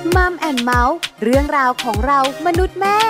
มัมแอนด์เมาส์เรื่องราวของเรามนุษย์แม่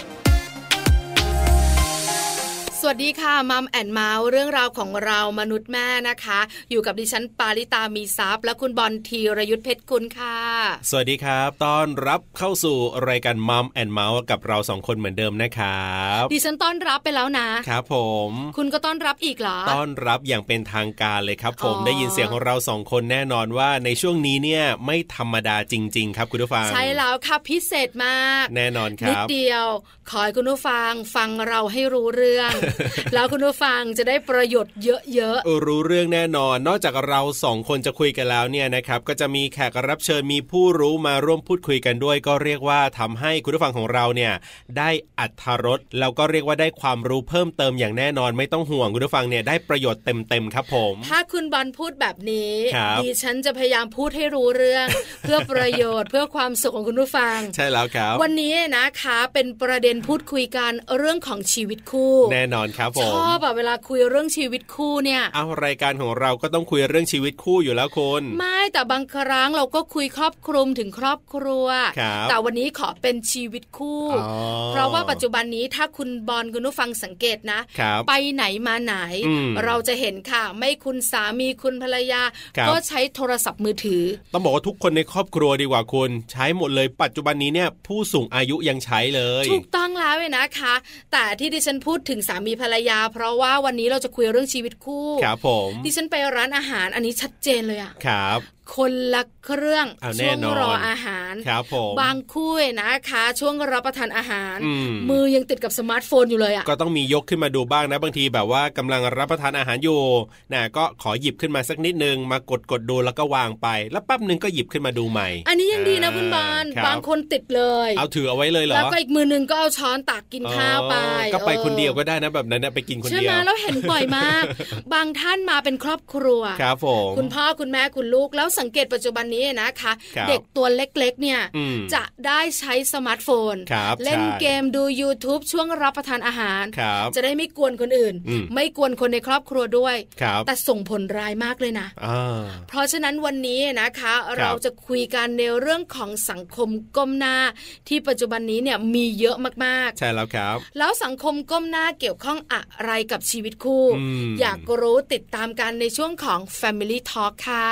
สวัสดีค่ะมัมแอนเมาส์เรื่องราวของเรามนุษย์แม่นะคะอยู่กับดิฉันปาริตามีซัพย์และคุณบอลธีรยุทธเพชรกุลค่ะสวัสดีครับต้อนรับเข้าสู่รายการมัมแอนเมาส์กับเราสองคนเหมือนเดิมนะครับดิฉันต้อนรับไปแล้วนะครับผมคุณก็ต้อนรับอีกเหรอต้อนรับอย่างเป็นทางการเลยครับผมได้ยินเสียงของเราสองคนแน่นอนว่าในช่วงนี้เนี่ยไม่ธรรมดาจริงๆครับคุณผู้ฟังใช่แล้วค่ะพิเศษมากแน่นอนครับนิดเดียวขอให้คุณผู้ฟังฟังเราให้รู้เรื่อง แล้วคุณผู้ฟังจะได้ประโยชน์เยอะๆรู้เรื่องแน่นอนนอกจากเราสองคนจะคุยกันแล้วเนี่ยนะครับก็จะมีแขกรับเชิญมีผู้รู้มาร่วมพูดคุยกันด้วยก็เรียกว่าทำให้คุณผู้ฟังของเราเนี่ยได้อรรถรสแล้วก็เรียกว่าได้ความรู้เพิ่มเติมอย่างแน่นอนไม่ต้องห่วงคุณผู้ฟังเนี่ยได้ประโยชน์เต็มๆครับผมถ้าคุณบอลพูดแบบนี้ดิฉันจะพยายามพูดให้รู้เรื่อง เพื่อประโยชน์เพื่อความสุขของคุณผู้ฟังใช่แล้วครับวันนี้นะคะเป็นประเด็นพูดคุยกันเรื่องของชีวิตคู่แน่นอนครับผมชอบแบบเวลาคุยเรื่องชีวิตคู่เนี่ยเอารายการของเราก็ต้องคุยเรื่องชีวิตคู่อยู่แล้วคุณไม่แต่บางครั้งเราก็คุยครอบคลุมถึงครอบครัวแต่วันนี้ขอเป็นชีวิตคู่เพราะว่าปัจจุบันนี้ถ้าคุณบอลคุณผู้ฟังสังเกตนะไปไหนมาไหนเราจะเห็นค่ะไม่คุณสามีคุณภรรยาก็ใช้โทรศัพท์มือถือต้องบอกว่าทุกคนในครอบครัวดีกว่าคุณใช้หมดเลยปัจจุบันนี้เนี่ยผู้สูงอายุยังใช้เลยถูกต้องแล้วเลยนะคะแต่ที่ดิฉันพูดถึงสามีภรรยาเพราะว่าวันนี้เราจะคุยเรื่องชีวิตคู่ครับผมดิฉันไปร้านอาหารอันนี้ชัดเจนเลยอะครับคนละเครื่องช่วงรออาหารครับผมบางคู่นะคะช่วงรับประทานอาหารมือยังติดกับสมาร์ทโฟนอยู่เลยอ่ะก็ต้องมียกขึ้นมาดูบ้างนะบางทีแบบว่ากำลังรับประทานอาหารอยู่นะก็ขอหยิบขึ้นมาสักนิดนึงมากดดูแล้วก็วางไปแล้วแป๊บนึงก็หยิบขึ้นมาดูใหม่อันนี้ยังดีนะคุณบอลบางคนติดเลยเอาถือเอาไว้เลยเหรอแล้วก็อีกมือนึงก็เอาช้อนตักกินข้าวไปก็ไปคนเดียวก็ได้นะแบบนั้นไปกินคนเดียวใช่ไหมแล้วเห็นบ่อยมากบางท่านมาเป็นครอบครัวครับผมคุณพ่อคุณแม่คุณลูกแล้วสังเกตปัจจุบันนี้นะคะเด็กตัวเล็กๆเนี่ยจะได้ใช้สมาร์ทโฟนเล่นเกมดู YouTube ช่วงรับประทานอาหารจะได้ไม่กวนคนอื่นไม่กวนคนในครอบครัวด้วยแต่ส่งผลร้ายมากเลยนะเพราะฉะนั้นวันนี้นะคะเราจะคุยกันในเรื่องของสังคมก้มหน้าที่ปัจจุบันนี้เนี่ยมีเยอะมากๆใช่แล้วครับแล้วสังคมก้มหน้าเกี่ยวข้องอะไรกับชีวิตคู่อยากรู้ติดตามกันในช่วงของ Family Talk ค่ะ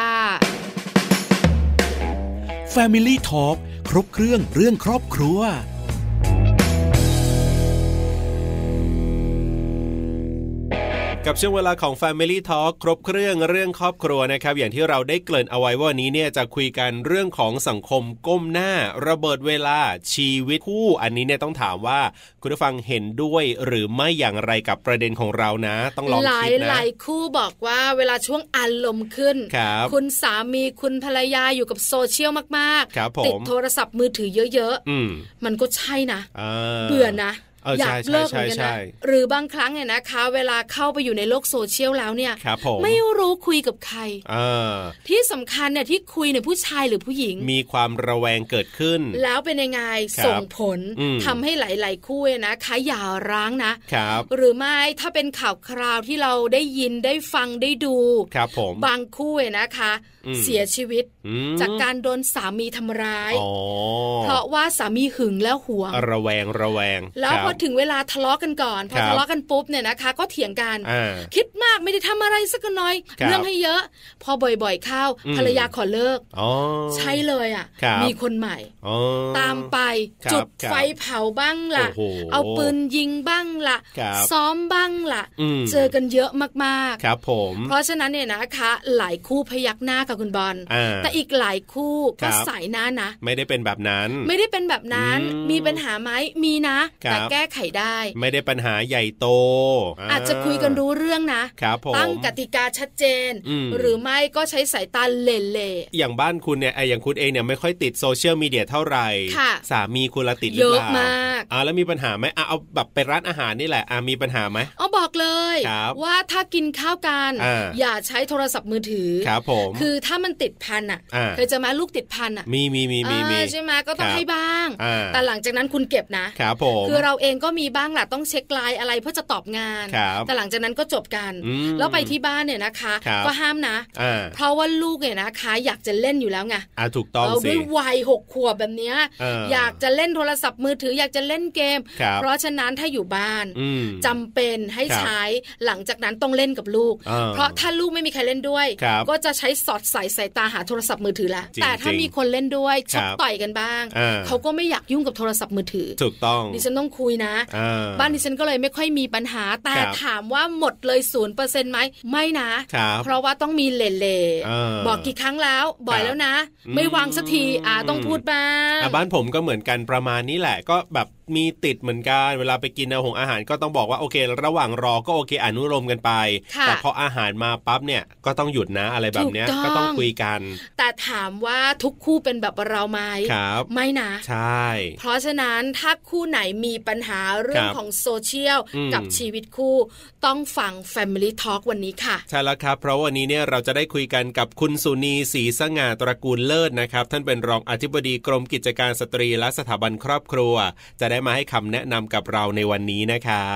Family Talk ครบเครื่องเรื่องครอบครัวกับช่วงเวลาของ Family Talk ครบเครื่องเรื่องครอบครัวนะครับอย่างที่เราได้เกริ่นเอาไว้ว่าวันนี้เนี่ยจะคุยกันเรื่องของสังคมก้มหน้าระเบิดเวลาชีวิตคู่อันนี้เนี่ยต้องถามว่าคุณผู้ฟังเห็นด้วยหรือไม่อย่างไรกับประเด็นของเรานะต้องลองคิดนะหลายคู่บอกว่าเวลาช่วงอารมณ์ขึ้นคุณสามีคุณภรรยาอยู่กับโซเชียลมากๆติดโทรศัพท์มือถือเยอะๆมันก็ใช่นะเบื่อนะอยากเลิกเหมือนกันนะหรือบางครั้งเนี่ยนะคะเวลาเข้าไปอยู่ในโลกโซเชียลแล้วเนี่ยไม่รู้คุยกับใครที่สำคัญเนี่ยที่คุยเนี่ยผู้ชายหรือผู้หญิงมีความระแวงเกิดขึ้นแล้วเป็นยังไงส่งผลทำให้หลายๆคู่นะคะอย่าร้างนะหรือไม่ถ้าเป็นข่าวคราวที่เราได้ยินได้ฟังได้ดูบางคู่นะคะเสียชีวิตจากการโดนสามีทำร้ายเพราะว่าสามีหึงแล้วหวงระแวงแล้วพอถึงเวลาทะเลาะกันก่อนพอทะเลาะกันปุ๊บเนี่ยนะคะก็เถียงกันคิดมากไม่ได้ทำอะไรสักหน่อยเรื่องให้เยอะพอบ่อยๆเข้าภรรยาขอเลิกใช่เลยอ่ะมีคนใหม่ตามไปจุดไฟเผาบ้างล่ะเอาปืนยิงบ้างล่ะซ้อมบ้างล่ะเจอกันเยอะมากๆครับผมเพราะฉะนั้นเนี่ยนะคะหลายคู่พยักหน้ากับคุณบอลแต่อีกหลายคู่ก็สายหน้านะไม่ได้เป็นแบบนั้นไม่ได้เป็นแบบนั้นมีปัญหาไหมมีนะแต่แก้ไขได้ไม่ได้ปัญหาใหญ่โตอาจจะคุยกันรู้เรื่องนะตั้งกติกาชัดเจนหรือไม่ก็ใช้สายตาเล่ๆอย่างบ้านคุณเนี่ยอย่างคุณเองเนี่ยไม่ค่อยติดโซเชียลมีเดียเท่าไหร่สามีคุณละติดหรือเปล่าเยอะมากแล้วมีปัญหาไหมเอาแบบไปร้านอาหารนี่แหละมีปัญหาไหมบอกเลยว่าถ้ากินข้าวกันอย่าใช้โทรศัพท์มือถือครับผมคือถ้ามันติดพันเคยเจอไหมลูกติดพันอ่ะมีใช่ไหมก็ต้องให้บ้างแต่หลังจากนั้นคุณเก็บนะครับผมคือเราเองก็มีบ้างแหละต้องเช็คไลน์อะไรเพื่อจะตอบงานแต่หลังจากนั้นก็จบกันแล้วไปที่บ้านเนี่ยนะคะก็ห้ามนะเพราะว่าลูกเนี่ยนะคะอยากจะเล่นอยู่แล้วไงถูกต้องสิด้วยวัย6 ขวบแบบนี้อยากจะเล่นโทรศัพท์มือถืออยากจะเล่นเกมเพราะฉะนั้นถ้าอยู่บ้านจำเป็นให้ใช้หลังจากนั้นต้องเล่นกับลูกเพราะถ้าลูกไม่มีใครเล่นด้วยก็จะใช้สอดใส่สายตาหาโทรศัพท์มือถือแล้วแต่ถ้ามีคนเล่นด้วยชกต่อยกันบ้างเขาก็ไม่อยากยุ่งกับโทรศัพท์มือถือถูกต้องดิฉันต้องคุยนะบ้านดิฉันก็เลยไม่ค่อยมีปัญหาแต่ถามว่าหมดเลย 0% ไหมไม่นะเพราะว่าต้องมีเล่ๆบอกกี่ครั้งแล้วบ่อยแล้วนะไม่วางสักทีต้องพูดบ้างบ้านผมก็เหมือนกันประมาณนี้แหละก็แบบมีติดเหมือนกันเวลาไปกินอาหารก็ต้องบอกว่าโอเคระหว่างรอก็โอเคอนุโลมกันไปแต่พออาหารมาปั๊บเนี่ยก็ต้องหยุดนะอะไรแบบนี้ก็ต้องคุยกันแต่ถามว่าทุกคู่เป็นแบบเราไหมไม่นะใช่เพราะฉะนั้นถ้าคู่ไหนมีปัญหาเรื่องของโซเชียลกับชีวิตคู่ต้องฟัง Family Talk วันนี้ค่ะใช่แล้วครับเพราะวันนี้เนี่ยเราจะได้คุยกันกับคุณสุนีศรีสง่าตระกูลเลิศนะครับท่านเป็นรองอธิบดีกรมกิจการสตรีและสถาบันครอบครัวจะได้มาให้คำแนะนำกับเราในวันนี้นะครับ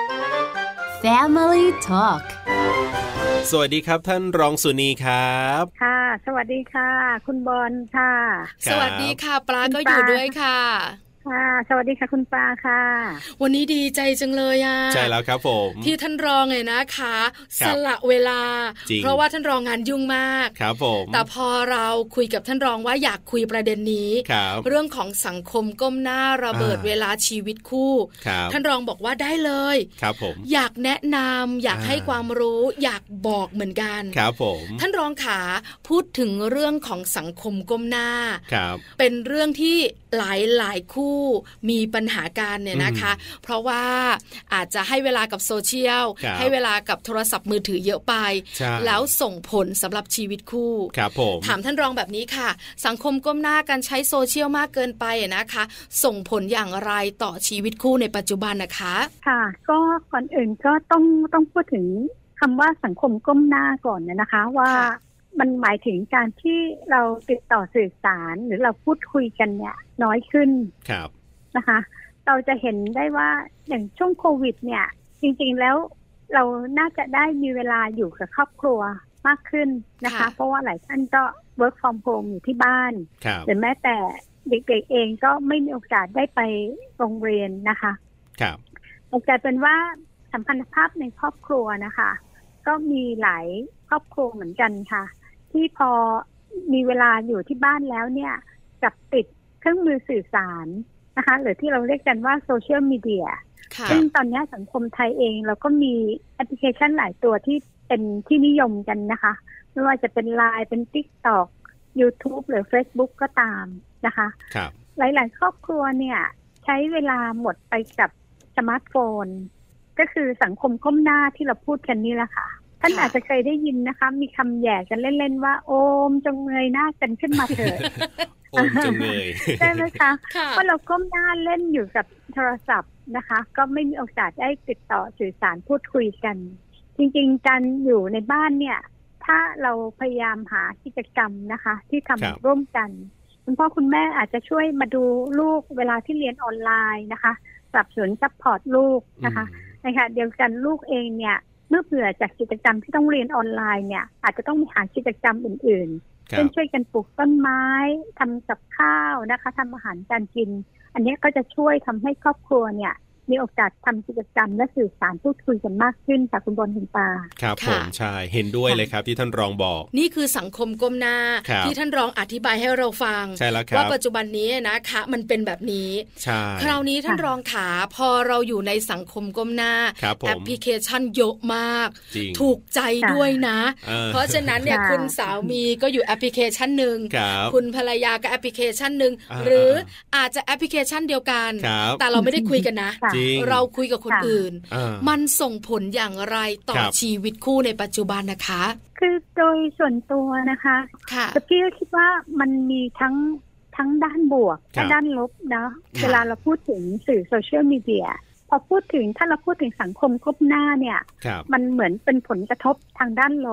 Family Talk สวัสดีครับท่านรองสุนีครับค่ะสวัสดีค่ะคุณบอลค่ะสวัสดีค่ะปลาก็อยู่ด้วยค่ะค่ะสวัสดีค่ะคุณปลาค่ะวันนี้ดีใจจังเลยอ่ะใช่แล้วครับผมที่ท่านรองไงนะคะสละเวลาเพราะว่าท่านรองงานยุ่งมากครับผมแต่พอเราคุยกับท่านรองว่าอยากคุยประเด็นนี้เรื่องของสังคมก้มหน้าระเบิดเวลาชีวิตคู่ท่านรองบอกว่าได้เลยครับผมอยากแนะนำอยากให้ความรู้อยากบอกเหมือนกันครับผมท่านรองขาพูดถึงเรื่องของสังคมก้มหน้าครับเป็นเรื่องที่หลายคู่มีปัญหาการเนี่ยนะคะเพราะว่าอาจจะให้เวลากับโซเชียลให้เวลากับโทรศัพท์มือถือเยอะไปแล้วส่งผลสำหรับชีวิตคู่ครับผมถามท่านรองแบบนี้ค่ะสังคมก้มหน้าการใช้โซเชียลมากเกินไปนะคะส่งผลอย่างไรต่อชีวิตคู่ในปัจจุบันนะคะค่ะก็ก่อนอื่นก็ต้องพูดถึงคำว่าสังคมก้มหน้าก่อนนะคะว่ามันหมายถึงการที่เราติดต่อสื่อสารหรือเราพูดคุยกันเนี่ยน้อยขึ้นนะคะเราจะเห็นได้ว่าอย่างช่วงโควิดเนี่ยจริงๆแล้วเราน่าจะได้มีเวลาอยู่กับครอบครัวมากขึ้นนะคะเพราะว่าหลายท่านก็ work from home อยู่ที่บ้านหรือแม้แต่เด็กๆเองก็ไม่มีโอกาสได้ไปโรงเรียนนะคะแต่กลายเป็นว่าสัมพันธภาพในครอบครัวนะคะก็มีหลายครอบครัวเหมือนกันค่ะที่พอมีเวลาอยู่ที่บ้านแล้วเนี่ยจับติดเครื่องมือสื่อสารนะคะหรือที่เราเรียกกันว่าโซเชียลมีเดียซึ่งตอนนี้สังคมไทยเองเราก็มีแอปพลิเคชันหลายตัวที่เป็นที่นิยมกันนะคะไม่ว่าจะเป็น LINE เป็น TikTok YouTube หรือ Facebook ก็ตามนะคะหลายๆครอบครัวเนี่ยใช้เวลาหมดไปกับสมาร์ทโฟนก็คือสังคมก้มหน้าที่เราพูดกันนี่แหละค่ะท่านอาจจะเคยได้ยินนะคะมีคำแย่กันเล่นๆว่าโอมจงเงยหน้ากันขึ้นมาเถิดโอมจงเงยใช่ไหมคะเพราะเราก้มหน้าเล่นอยู่กับโทรศัพท์นะคะก็ไม่มีโอกาสได้ติดต่อสื่อสารพูดคุยกันจริงๆการอยู่ในบ้านเนี่ยถ้าเราพยายามหากิจกรรมนะคะที่ทำร่วมกันคุณพ่อคุณแม่อาจจะช่วยมาดูลูกเวลาที่เรียนออนไลน์นะคะสนับสนุนซัพพอร์ตลูกนะคะในขณะเดียวกันลูกเองเนี่ยเมื่อเบื่อจากกิจกรรมที่ต้องเรียนออนไลน์เนี่ยอาจจะต้องมีหากิจกรรมอื่นๆเช่นช่วยกันปลูกต้นไม้ทำกับข้าวนะคะทำอาหารการกินอันนี้ก็จะช่วยทำให้ครอบครัวเนี่ยมีโอกาสทำกิจกรรมและสื่อสารพูดคุยกันมากขึ้นจากคุณบนคุณปาครับผมใช่เห็นด้วยเลยครับที่ท่านรองบอกนี่คือสังคมก้มหน้าที่ท่านรองอธิบายให้เราฟังว่าปัจจุบันนี้นะคะมันเป็นแบบนี้คราวนี้ท่านรองขาพอเราอยู่ในสังคมก้มหน้าแอปพลิเคชันเยอะมากถูกใจด้วยนะเพราะฉะนั้นเนี่ยคุณสามีก็อยู่แอปพลิเคชันนึงคุณภรรยาก็แอปพลิเคชันนึงหรืออาจจะแอปพลิเคชันเดียวกันแต่เราไม่ได้คุยกันนะเราคุยกับคนอื่นมันส่งผลอย่างไรต่อชีวิตคู่ในปัจจุบันนะคะคือโดยส่วนตัวนะคะพี่ก็คิดว่ามันมีทั้งด้านบวกและด้านลบนะเวลาเราพูดถึงสื่อโซเชียลมีเดียพอพูดถึงถ้าเราพูดถึงสังคมก้มหน้าเนี่ยมันเหมือนเป็นผลกระทบทางด้านลบ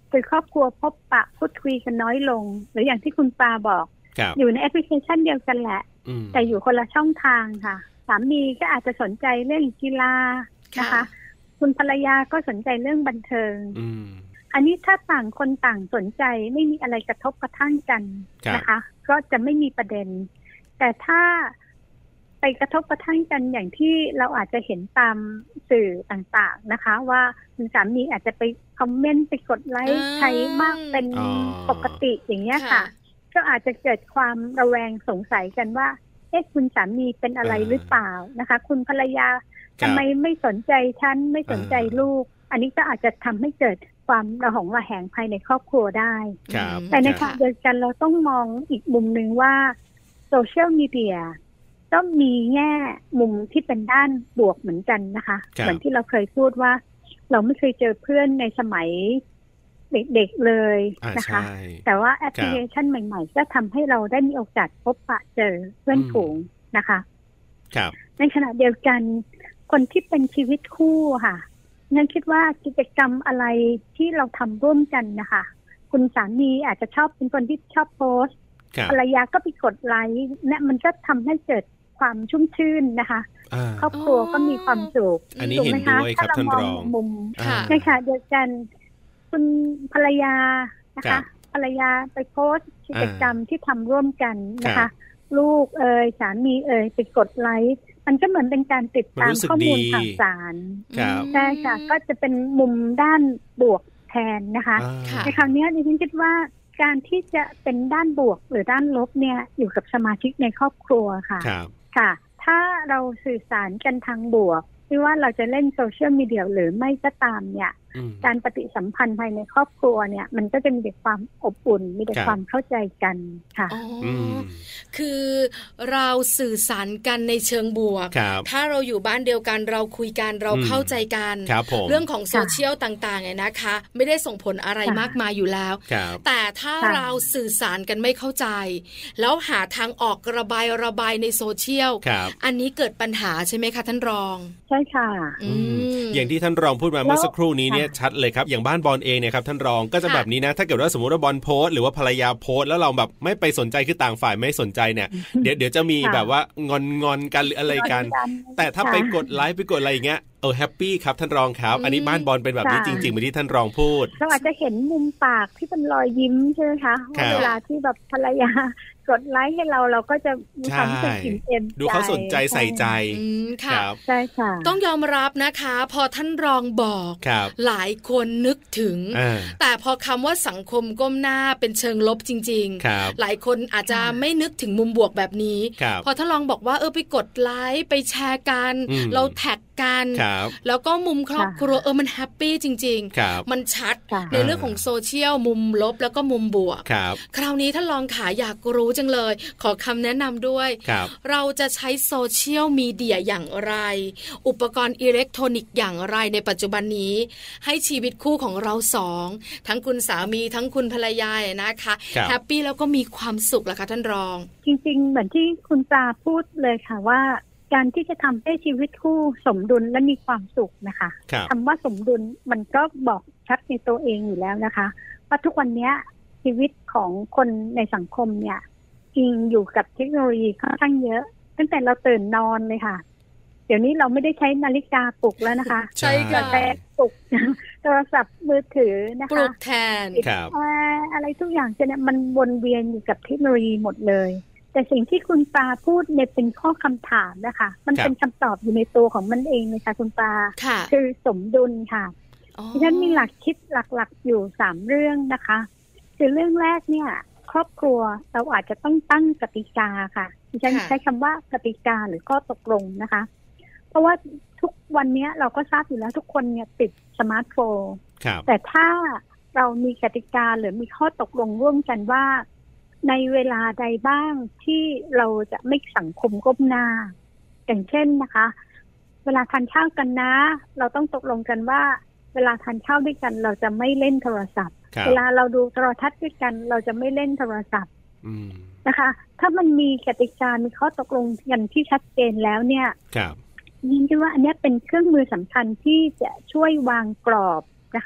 คือครอบครัวพบปะพูดคุยกันน้อยลงหรืออย่างที่คุณปาบอกอยู่ในแอปพลิเคชันเดียวกันแหละแต่อยู่คนละช่องทางค่ะสามีก็อาจจะสนใจเรื่องกีฬานะคะคุณภรรยาก็สนใจเรื่องบันเทิงอันนี้ถ้าต่างคนต่างสนใจไม่มีอะไรกระทบกระทั่งกันนะคะก็จะไม่มีประเด็นแต่ถ้าไปกระทบกระทั่งกันอย่างที่เราอาจจะเห็นตามสื่อต่างๆนะคะว่าคุณสามีอาจจะไปคอมเมนต์ไปกดไลค์ใครมากเป็นปกติอย่างเงี้ยค่ะก็อาจจะเกิดความระแวงสงสัยกันว่าคุณสามีเป็นอะไรหรือเปล่านะคะคุณภรรยาทำไมไม่สนใจฉันไม่สนใจลูกอันนี้ก็อาจจะทำให้เกิดความระหองระแหงภายในครอบครัวได้แต่ในขณะเดียวกันเราต้องมองอีกมุมหนึ่งว่าโซเชียลมีเดียก็มีแง่มุมที่เป็นด้านบวกเหมือนกันนะคะเหมือนที่เราเคยพูดว่าเราไม่เคยเจอเพื่อนในสมัยเด็กๆเลยนะคะแต่ว่าแอปพลิเคชันใหม่ๆก็ทำให้เราได้มีโอกาสพบปะเจอเพื่อนฝูงนะคะในขณะเดียวกันคนที่เป็นชีวิตคู่ค่ะนั่นคิดว่ากิจกรรมอะไรที่เราทำร่วมกันนะคะคุณสามีอาจจะชอบเป็นคนที่ชอบโพสต์ภรรยาก็ไปกดไลค์เนี่ยมันก็ทำให้เกิดความชุ่มชื่นนะคะครอบครัวก็มีความสุขอันนี้เห็นด้วยครับท่านรองมุมนะคะเดียวกันคุณภรรยานะคะภรรยาไปโพสต์กิจกรรมที่ทำร่วมกันนะคะลูกสามีไปกดไลค์มันก็เหมือนเป็นการติดตามข้อมูลข่าวสารใช่ค่ะก็จะเป็นมุมด้านบวกแทนนะคะในคราวนี้ดิฉันคิดว่าการที่จะเป็นด้านบวกหรือด้านลบเนี่ยอยู่กับสมาชิกในครอบครัวค่ะค่ะถ้าเราสื่อสารกันทางบวกไม่ว่าเราจะเล่นโซเชียลมีเดียหรือไม่ก็ตามเนี่ยการปฏิสัมพันธ์ภายในครอบครัวเนี่ยมันก็จะมีแต่ความอบอุ่นมีแต่ความเข้าใจกันค่ะคือเราสื่อสารกันในเชิงบวกถ้าเราอยู่บ้านเดียวกันเราคุยกันเราเข้าใจกันเรื่องของโซเชียลต่างๆเนี่ยนะคะไม่ได้ส่งผลอะไรมากมายอยู่แล้วแต่ถ้าเราสื่อสารกันไม่เข้าใจแล้วหาทางออกระบายในโซเชียลอันนี้เกิดปัญหาใช่ไหมคะท่านรองใช่ค่ะอย่างที่ท่านรองพูดมาเมื่อสักครู่นี้เนี่ยชัดเลยครับอย่างบ้านบอลเองเนี่ยครับท่านรองก็จะแบบนี้นะถ้าเกิดว่าสมมติว่าบอลโพสหรือว่าภรรยาโพสแล้วเราแบบไม่ไปสนใจคือต่างฝ่ายไม่สนใจเนี่ยเดี๋ยวจะมีแบบว่างอนกันหรืออะไรกันแต่ถ้าไปกดไลค์ไปกดอะไรอย่างเงี้ยแฮปปี้ครับท่านรองครับอันนี้บ้านบอลเป็นแบบนี้จริงๆเหมือนที่ท่านรองพูดเราอาจจะเห็นมุมปากที่เป็นรอยยิ้มใช่ไหมคะเวลาที่แบบภรรยากดไลค์ให้เราก็จะมีความรู้สึกอิ่มเอมใจดูเขาสนใจใส่ใจค่ะใช่ค่ะต้องยอมรับนะคะพอท่านรองบอกหลายคนนึกถึงแต่พอคำว่าสังคมก้มหน้าเป็นเชิงลบจริงๆหลายคนอาจจะไม่นึกถึงมุมบวกแบบนี้พอท่านรองบอกว่าไปกดไลค์ไปแชร์กันเราแท็กกันแล้วก็มุมครอบครัวมันแฮปปี้จริงๆมันชัดในเรื่องของโซเชียลมุมลบแล้วก็มุมบวกคราวนี้ท่านรองขาอยากรู้จังเลยขอคำแนะนำด้วยเราจะใช้โซเชียลมีเดียอย่างไรอุปกรณ์อิเล็กทรอนิกส์อย่างไรในปัจจุบันนี้ให้ชีวิตคู่ของเราสองทั้งคุณสามีทั้งคุณภรรยานะคะแฮปปี้แล้วก็มีความสุขล่ะคะท่านรองจริงๆเหมือนที่คุณปลาพูดเลยค่ะว่าการที่จะทำให้ชีวิตคู่สมดุลและมีความสุขนะคะคำว่าสมดุลมันก็บอกชัดในตัวเองอยู่แล้วนะคะว่าทุกวันนี้ชีวิตของคนในสังคมเนี่ยจริงอยู่กับเทคโนโลยีค่อนข้างเยอะตั้งแต่เราตื่นนอนเลยค่ะเดี๋ยวนี้เราไม่ได้ใช้นาฬิกาปลุกแล้วนะคะใช่ค่ะแต่ปลุกโทรศัพท์มือถือนะคะปลุกแทนอะไรทุกอย่างจะเนี่ยมันวนเวียนอยู่กับเทคโนโลยีหมดเลยแต่สิ่งที่คุณปาพูดเนี่ยเป็นข้อคำถามนะคะมันเป็นคำตอบอยู่ในตัวของมันเองเลยค่ะคุณปาคือสมดุลค่ะดิฉันมีหลักคิดหลักๆอยู่3เรื่องนะคะคือเรื่องแรกเนี่ยครอบครัวเราอาจจะต้องตั้งกติกาค่ะดิฉันใช้คำว่ากติกาหรือข้อตกลงนะคะเพราะว่าทุกวันนี้เราก็ทราบอยู่แล้วทุกคนเนี่ยติดสมาร์ทโฟนแต่ถ้าเรามีกติกาหรือมีข้อตกลงร่วมกันว่าในเวลาใดบ้างที่เราจะไม่สังคมก้มหน้าอย่างเช่นนะคะเวลาทานข้าวกันนะเราต้องตกลงกันว่าเวลาทานข้าวด้วยกันเราจะไม่เล่นโทรศัพท์เวลาเราดูโทรทัศน์ด้วยกันเราจะไม่เล่นโทรศัพท์นะคะถ้ามันมีกติกามีข้อตกลงกันที่ชัดเจนแล้วเนี่ยยินดีว่าอันนี้เป็นเครื่องมือสำคัญที่จะช่วยวางกรอบนะคะ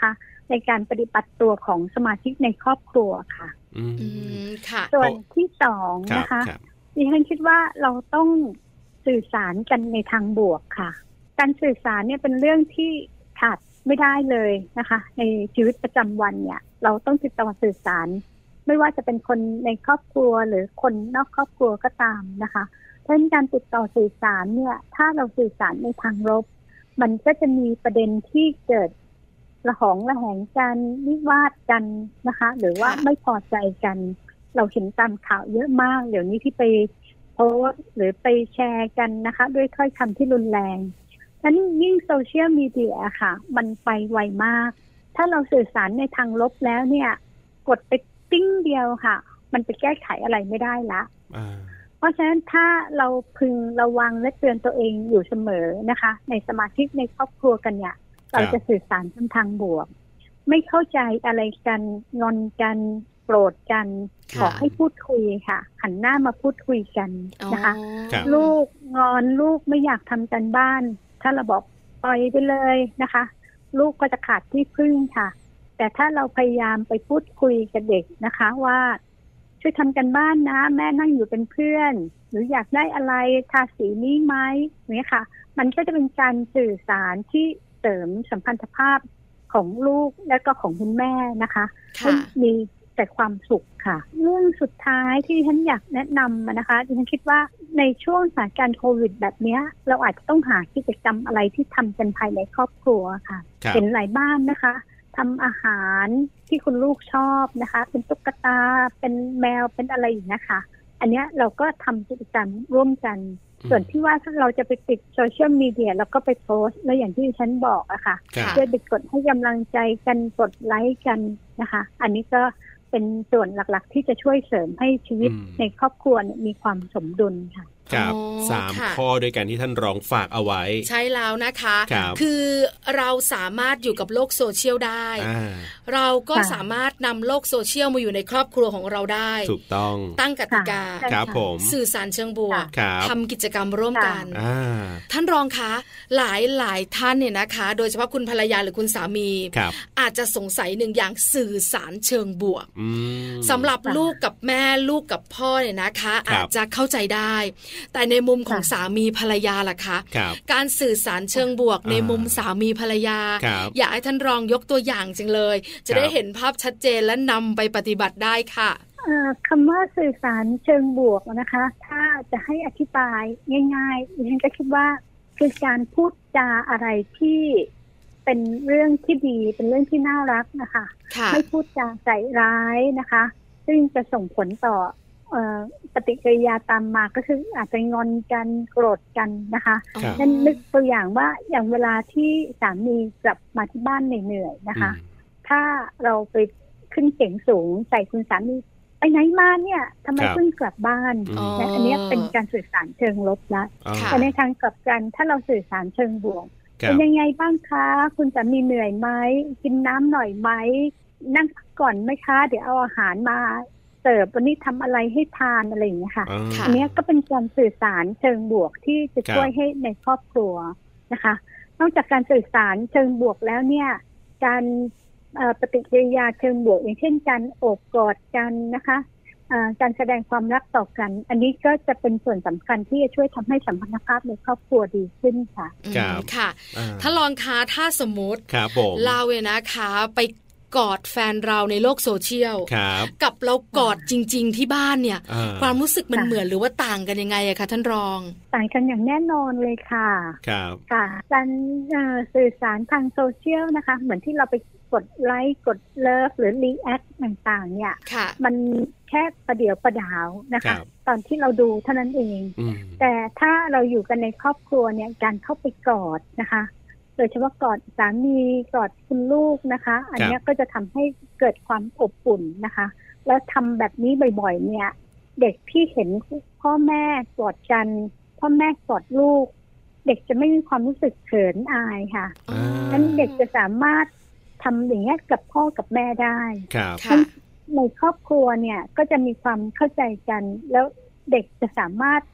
ในการปฏิบัติตัวของสมาชิกในครอบครัวค่ะค่ะส่วนที่สองนะคะดิฉันคิดว่าเราต้องสื่อสารกันในทางบวกค่ะการสื่อสารเนี่ยเป็นเรื่องที่ขาดไม่ได้เลยนะคะในชีวิตประจำวันเนี่ยเราต้องติดต่อสื่อสารไม่ว่าจะเป็นคนในครอบครัวหรือคนนอกครอบครัวก็ตามนะคะเพราะฉะนั้นการติดต่อสื่อสารเนี่ยถ้าเราสื่อสารในทางลบมันก็จะมีประเด็นที่เกิดระหองระแหงกันวิวาทกันนะคะหรือว่าไม่พอใจกันเราเห็นตามข่าวเยอะมากเดี๋ยวนี้ที่ไปโพสต์หรือไปแชร์กันนะคะด้วยถ้อยคำที่รุนแรงนั้นยิ่งโซเชียลมีเดียค่ะมันไปไวมากถ้าเราสื่อสารในทางลบแล้วเนี่ยกดไปติ้งเดียวค่ะมันไปแก้ไขอะไรไม่ได้ละเพราะฉะนั้นถ้าเราพึงระวังและเตือนตัวเองอยู่เสมอนะคะในสมาชิกในครอบครัวกันเนี่ยเราจะสื่อสารทางบวกไม่เข้าใจอะไรกันงอนกันโกรธกันขอให้พูดคุยค่ะหันหน้ามาพูดคุยกันนะคะลูกงอนลูกไม่อยากทำการบ้านถ้าเราบอกปล่อยไปเลยนะคะลูกก็จะขาดที่พึ่งค่ะแต่ถ้าเราพยายามไปพูดคุยกับเด็กนะคะว่าช่วยทำกันบ้านนะแม่นั่งอยู่เป็นเพื่อนหรืออยากได้อะไรทาสีนี้ไหมเนี่ยค่ะมันก็จะเป็นการสื่อสารที่เสริมสัมพันธภาพของลูกและก็ของคุณแม่นะคะให้มีแต่ความสุขค่ะเรื่องสุดท้ายที่ฉันอยากแนะนำนะคะดิฉันคิดว่าในช่วงสถานการณ์โควิดแบบนี้เราอาจจะต้องหากิจกรรมอะไรที่ทำกันภายในครอบครัวค่ะเห็นหลายบ้านนะคะทำอาหารที่คุณลูกชอบนะคะเป็นตุ๊กตาเป็นแมวเป็นอะไรอย่างนี้ค่ะอันนี้เราก็ทำกิจกรรมร่วมกันส่วนที่ว่าถ้าเราจะไปติดโซเชียลมีเดียแล้วก็ไปโพสต์แล้วอย่างที่ฉันบอกอะค่ะเพื่อไปกดให้กำลังใจกันกดไลค์กันนะคะอันนี้ก็เป็นส่วนหลักๆที่จะช่วยเสริมให้ชีวิตในครอบครัวมีความสมดุลค่ะครับ3 ข้อด้วยกันที่ท่านรองฝากเอาไว้ใช่แล้วนะคะคือเราสามารถอยู่กับโลกโซเชียลได้เราก็สามารถนำโลกโซเชียลมาอยู่ในครอบครัวของเราได้ถูกต้องตั้งกติกาครับผมสื่อสารเชิงบวกทำกิจกรรมร่วมกันท่านรองคะหลายท่านเนี่ยนะคะโดยเฉพาะคุณภรรยาหรือคุณสามีอาจจะสงสัยหนึ่งอย่างสื่อสารเชิงบวกสำหรับลูกกับแม่ลูกกับพ่อเนี่ยนะคะอาจจะเข้าใจได้แต่ในมุมของสามีภรรยาล่ะคะการสื่อสารเชิงบวกในมุมสามีภรรยาอยากให้ท่านรองยกตัวอย่างจังเลยจะได้เห็นภาพชัดเจนและนำไปปฏิบัติได้ค่ะคำว่าสื่อสารเชิงบวกนะคะถ้าจะให้อธิบายง่ายๆดิฉันก็คิดว่าคือการพูดจาอะไรที่เป็นเรื่องที่ดีเป็นเรื่องที่น่ารักนะคะไม่พูดจาใส่ร้ายนะคะซึ่งจะส่งผลต่อปฏิกิริยาตามมาก็คืออาจจะงอนกันโกรธกันนะคะนั่นนึกตัวอย่างว่าอย่างเวลาที่สามีกลับมาที่บ้านเหนื่อยๆนะคะถ้าเราไปขึ้นเสียงสูงใส่คุณสามีไปไหนมาเนี่ยทำไมเพิ่งกลับบ้านและอันนี้เป็นการสื่อสารเชิงลบแล้วแต่ในทางกลับกันถ้าเราสื่อสารเชิงบวกเป็นยังไงบ้างคะคุณสามีเหนื่อยไหมกินน้ำหน่อยไหมนั่งพักก่อนไหมคะเดี๋ยวเอาอาหารมาเสิร์ฟวันนี้ทำอะไรให้ทานอะไรอย่างเงี้ยค่ะอันนี้ก็เป็นการสื่อสารเชิงบวกที่จะช่วยให้ในครอบครัวนะคะนอกจากการสื่อสารเชิงบวกแล้วเนี่ยการปฏิกิริยาเชิงบวกอย่างเช่นการโอบกอดกันนะคะการแสดงความรักต่อกันอันนี้ก็จะเป็นส่วนสำคัญที่จะช่วยทำให้สัมพันธภาพในครอบครัวดีขึ้นค่ะค่ะถ้าลองคะถ้าสมมติเราเนี่ยนะคะไปกอดแฟนเราในโลกโซเชียลกับเรากอดจริงๆที่บ้านเนี่ยความรู้สึกมันเหมือนหรือว่าต่างกันยังไงอะคะท่านรองต่างกันอย่างแน่นอนเลยค่ะค่ะการสื่อสารทางโซเชียลนะคะเหมือนที่เราไปกดไลค์กดเลิฟหรือรีแอคต่างๆเนี่ยมันแค่ประเดี๋ยวประดาวนะคะตอนที่เราดูเท่านั้นเองแต่ถ้าเราอยู่กันในครอบครัวเนี่ยการเข้าไปกอดนะคะโดยเฉพาะกอดสามีกอดคุณลูกนะคะอันนี้ก็จะทำให้เกิดความอบอุ่นนะคะแล้วทำแบบนี้บ่อยๆเนี่ยเด็กที่เห็นพ่อแม่กอดกันพ่อแม่กอดลูกเด็กจะไม่มีความรู้สึกเขินอายค่ะนั้นเด็กจะสามารถทำอย่างนี้กับพ่อกับแม่ได้ในครอบครัวเนี่ยก็จะมีความเข้าใจกันแล้วเด็กจะสามารถ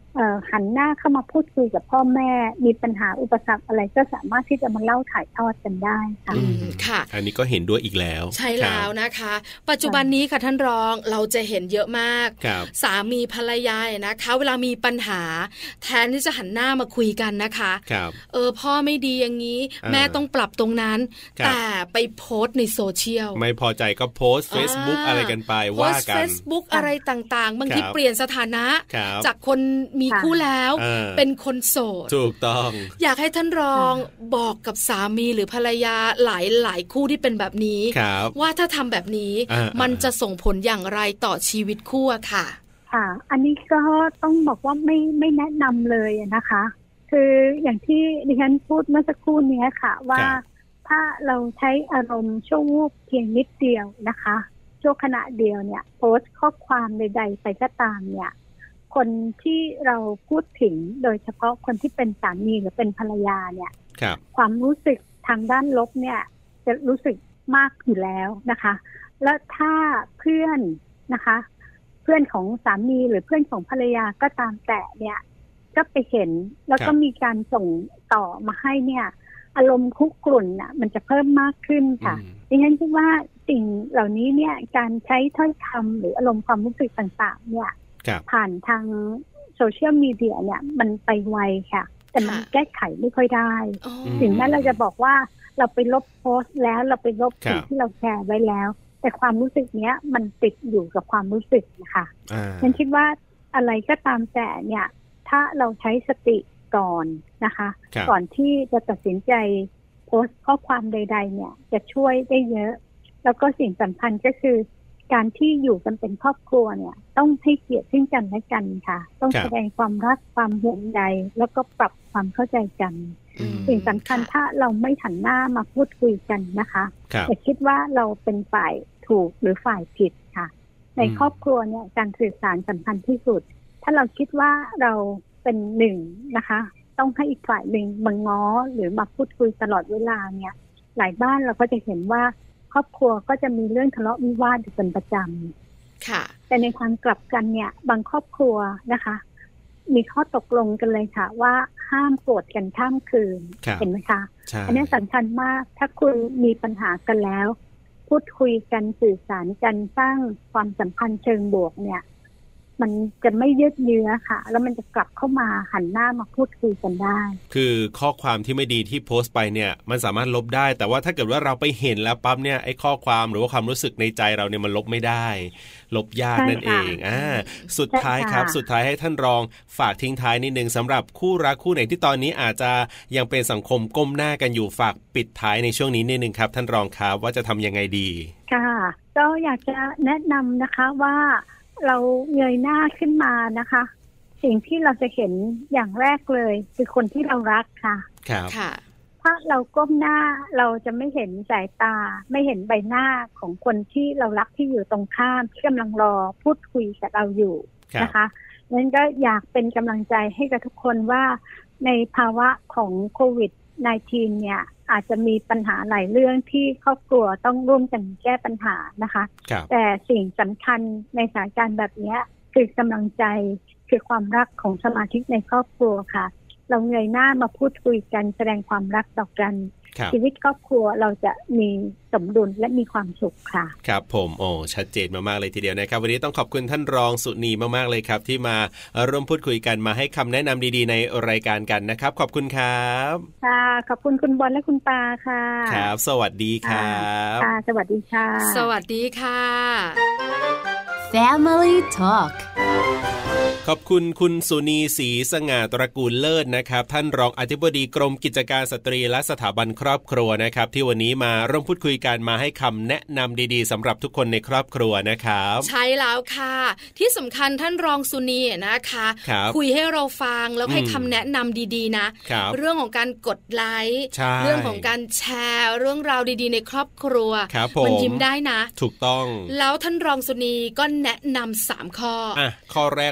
หันหน้าเข้ามาพูดคุยกับพ่อแม่มีปัญหาอุปสรรคอะไรก็สามารถที่จะมาเล่าถ่ายทอดกันได้ค่ะค่ะอันนี้ก็เห็นด้วยอีกแล้วใช่แล้วนะคะปัจจุบันนี้ค่ะท่านรองเราจะเห็นเยอะมากสามีภรรยานะคะเวลามีปัญหาแทนที่จะหันหน้ามาคุยกันนะคะพ่อไม่ดีอย่างนี้แม่ต้องปรับตรงนั้นแต่ไปโพสต์ในโซเชียลไม่พอใจก็โพสต์ Facebook อะไรกันไปว่ากัน Facebook อะไรต่างๆบางทีเปลี่ยนสถานะจากคนมีคู่แล้วเป็นคนโสดถูกต้องอยากให้ท่านรองบอกกับสามีหรือภรรยาหลายคู่ที่เป็นแบบนี้ว่าถ้าทำแบบนี้มันจะส่งผลอย่างไรต่อชีวิตคู่ค่ะค่ะอันนี้ก็ต้องบอกว่าไม่แนะนำเลยนะคะคืออย่างที่ดิฉันพูดเมื่อสักครู่นี้ค่ะว่าถ้าเราใช้อารมณ์ชั่ววูบเพียงนิดเดียวนะคะชั่วขณะเดียวเนี่ยโพสต์ข้อความใดๆไปก็ตามเนี่ยคนที่เราพูดถึงโดยเฉพาะคนที่เป็นสามีหรือเป็นภรรยาเนี่ยความรู้สึกทางด้านลบเนี่ยจะรู้สึกมากอยู่แล้วนะคะแล้วถ้าเพื่อนนะคะเพื่อนของสามีหรือเพื่อนของภรรยาก็ตามแต่เนี่ยก็ไปเห็นแล้วก็มีการส่งต่อมาให้เนี่ยอารมณ์คุกรุ่นน่ะมันจะเพิ่มมากขึ้นค่ะดิฉันคิดว่าสิ่งเหล่านี้เนี่ยการใช้ถ้อยคำหรืออารมณ์ความรู้สึกต่างๆเนี่ยผ่านทางโซเชียลมีเดียเนี่ยมันไปไวค่ะแต่มันแก้ไขไม่ค่อยได้ถึงแม้เราจะบอกว่าเราไปลบโพสต์แล้วเราไปลบสิ่งที่เราแชร์ไว้แล้วแต่ความรู้สึกเนี้ยมันติดอยู่กับความรู้สึกนะคะฉันคิดว่าอะไรก็ตามแต่เนี่ยถ้าเราใช้สติก่อนนะคะก่อนที่จะตัดสินใจโพสต์ข้อความใดๆเนี่ยจะช่วยได้เยอะแล้วก็สิ่งสำคัญก็คือการที่อยู่กันเป็นครอบครัวเนี่ยต้องให้เกียรติซึ่งกันและกันค่ะต้องแสดงความรักความห่วงใยแล้วก็ปรับความเข้าใจกันสิ่งสำคัญถ้าเราไม่หันหน้ามาพูดคุยกันนะคะจะคิดว่าเราเป็นฝ่ายถูกหรือฝ่ายผิดค่ะในครอบครัวเนี่ยการสื่อสารสำคัญที่สุดถ้าเราคิดว่าเราเป็นหนึ่งนะคะต้องให้อีกฝ่ายหนึ่งมาง้อหรือมาพูดคุยตลอดเวลาเนี่ยหลายบ้านเราก็จะเห็นว่าครอบครัวก็จะมีเรื่องทะเลาะวิวาทอยู่เป็นประจำค่ะแต่ในทางกลับกันเนี่ยบางครอบครัวนะคะมีข้อตกลงกันเลยค่ะว่าห้ามโกรธกันข้ามคืนเห็นไหมคะอันนี้สำคัญมากถ้าคุณมีปัญหากันแล้วพูดคุยกันสื่อสารกันสร้างความสัมพันธ์เชิงบวกเนี่ยมันจะไม่ยืดเยื้อค่ะแล้วมันจะกลับเข้ามาหันหน้ามาพูดคุยกันได้คือข้อความที่ไม่ดีที่โพสต์ไปเนี่ยมันสามารถลบได้แต่ว่าถ้าเกิดว่าเราไปเห็นแล้วปั๊บเนี่ยไอ้ข้อความหรือว่าความรู้สึกในใจเราเนี่ยมันลบไม่ได้ลบยากนั่นเองสุดท้ายครับสุดท้ายให้ท่านรองฝากทิ้งท้ายนิดนึงสำหรับคู่รักคู่ไหนที่ตอนนี้อาจจะยังเป็นสังคมก้มหน้ากันอยู่ฝากปิดท้ายในช่วงนี้นิดนึงครับท่านรองครับว่าจะทำยังไงดีค่ะก็อยากจะแนะนำนะคะว่าเราเงยหน้าขึ้นมานะคะสิ่งที่เราจะเห็นอย่างแรกเลยคือคนที่เรารักค่ะครับถ้าเราก้มหน้าเราจะไม่เห็นสายตาไม่เห็นใบหน้าของคนที่เรารักที่อยู่ตรงข้ามที่กำลังรอพูดคุยกับเราอยู่นะคะนั้นก็อยากเป็นกำลังใจให้กับทุกคนว่าในภาวะของโควิด-19 เนี่ยอาจจะมีปัญหาหลายเรื่องที่ครอบครัวต้องร่วมกันแก้ปัญหานะคะแต่สิ่งสำคัญในสถานการณ์แบบนี้คือกำลังใจคือความรักของสมาชิกในครอบครัวค่ะเราเงยหน้ามาพูดคุยกันแสดงความรักต่อกันชีวิตครอบครัวเราจะมีสมดุลและมีความสุขค่ะครับผมโอ้ชัดเจนมากๆเลยทีเดียวนะครับวันนี้ต้องขอบคุณท่านรองสุนีมากๆเลยครับที่มาร่วมพูดคุยกันมาให้คำแนะนำดีๆในรายการกันนะครับขอบคุณครับค่ะขอบคุณคุณบอลและคุณปาค่ะครับสวัสดีครับค่ะสวัสดีค่ะสวัสดีค่ะ Family Talk ขอบคุณคุณสุนีศรีสง่าตระกูลเลิศนะครับท่านรองอธิบดีกรมกิจการสตรีและสถาบันครอบครัวนะครับที่วันนี้มาร่วมพูดคุยกันมาให้คำแนะนำดีๆสำหรับทุกคนในครอบครัวนะครับใช่แล้วค่ะที่สำคัญท่านรองสุนีนะคะคุยให้เราฟังแล้วให้คำแนะนำดีๆนะเรื่องของการกดไลค์เรื่องของการแชร์เรื่องราวดีๆในครอบครัวมันยิ้มได้นะถูกต้องแล้วท่านรองสุนีก็แนะนำ3ข้อข้อแรกเลยก็คือ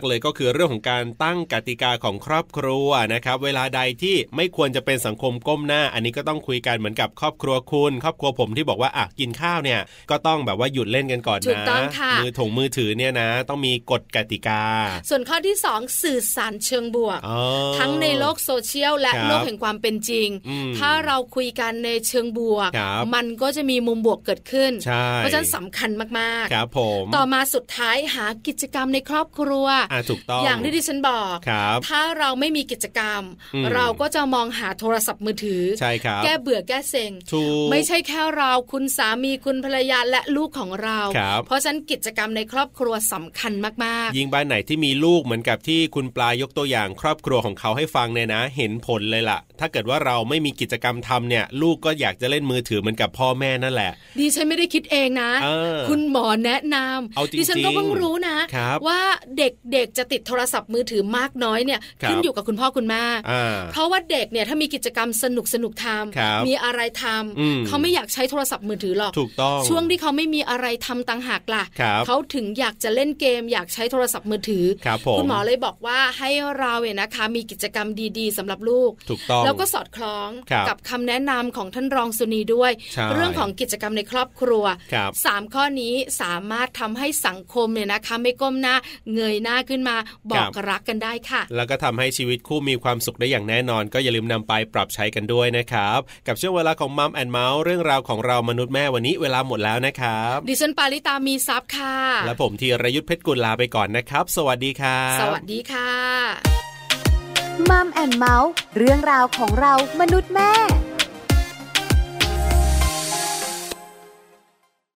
คือเรื่องของการตั้งกติกาของครอบครัวนะครับเวลาใดที่ไม่ควรจะเป็นสังคมก้มหน้าอันนี้ก็ต้องคุยกันเหมือนกับครอบครัวคุณครอบครัวผมที่บอกว่ากินข้าวเนี่ยก็ต้องแบบว่าหยุดเล่นกันก่อนนะมือถือเนี่ยนะต้องมีกฎกติกาส่วนข้อที่2สื่อสารเชิงบวกทั้งในโลกโซเชียลและโลกแห่งความเป็นจริงถ้าเราคุยกันในเชิงบวกมันก็จะมีมุมบวกเกิดขึ้นเพราะฉะนั้นสำคัญมากๆครับผมต่อมาสุดท้ายหากิจกรรมในครอบครัวถูกต้องอย่างที่ดิฉันบอกถ้าเราไม่มีกิจกรรมเราก็จะมองหาโทรศัพท์มือถือใช่ครับแก้เบื่อแก้เซ็งไม่ใช่แค่เราคุณสามีคุณภรรยาและลูกของเราเพราะฉะนั้นกิจกรรมในครอบครัวสำคัญมากๆยิ่งบ้านไหนที่มีลูกเหมือนกับที่คุณปลายกตัวอย่างครอบครัวของเขาให้ฟังเนี่ยนะเห็นผลเลยล่ะถ้าเกิดว่าเราไม่มีกิจกรรมทำเนี่ยลูกก็อยากจะเล่นมือถือเหมือนกับพ่อแม่นั่นแหละดิฉันไม่ได้คิดเองนะคุณหมอแนะนำดิฉันก็เพิ่งรู้นะว่าเด็กๆจะติดโทรศัพท์มือถือมากน้อยเนี่ยขึ้นอยู่กับคุณพ่อคุณแม่เพราะว่าเด็กเนี่ยถ้ามีกิจกรรมสนุกทำมีอะไรทำเขาไม่อยากใช้โทรศัพท์มือถือหรอกถูกต้องช่วงที่เขาไม่มีอะไรทำต่างหากล่ะเขาถึงอยากจะเล่นเกมอยากใช้โทรศัพท์มือถือคุณหมอเลยบอกว่าให้เราเนี่ยนะคะมีกิจกรรมดีๆสำหรับลูกถูกต้องแล้วก็สอดคล้องกับคำแนะนำของท่านรองสุนีด้วยเรื่องของกิจกรรมในครอบครัว3ข้อนี้สามารถทำให้สังคมเนี่ยนะคะไม่ก้มหน้าเงยหน้าขึ้นมาบอกรักกันได้ค่ะแล้วก็ทำให้ชีวิตคู่มีความสุขได้อย่างแน่นอนก็อย่าลืมนำไปปรับใช้กันด้วยนะครับกับช่วงเวลาของมัมแอนด์เมาส์เรื่องราวของเรามนุษย์แม่วันนี้เวลาหมดแล้วนะครับดิฉันปาริตามีทรัพย์ค่ะและผมธีรยุทธเพชรกุลลาไปก่อนนะครับสวัสดีครับสวัสดีค่ะมัมแอนด์เมาส์เรื่องราวของเรามนุษย์แม่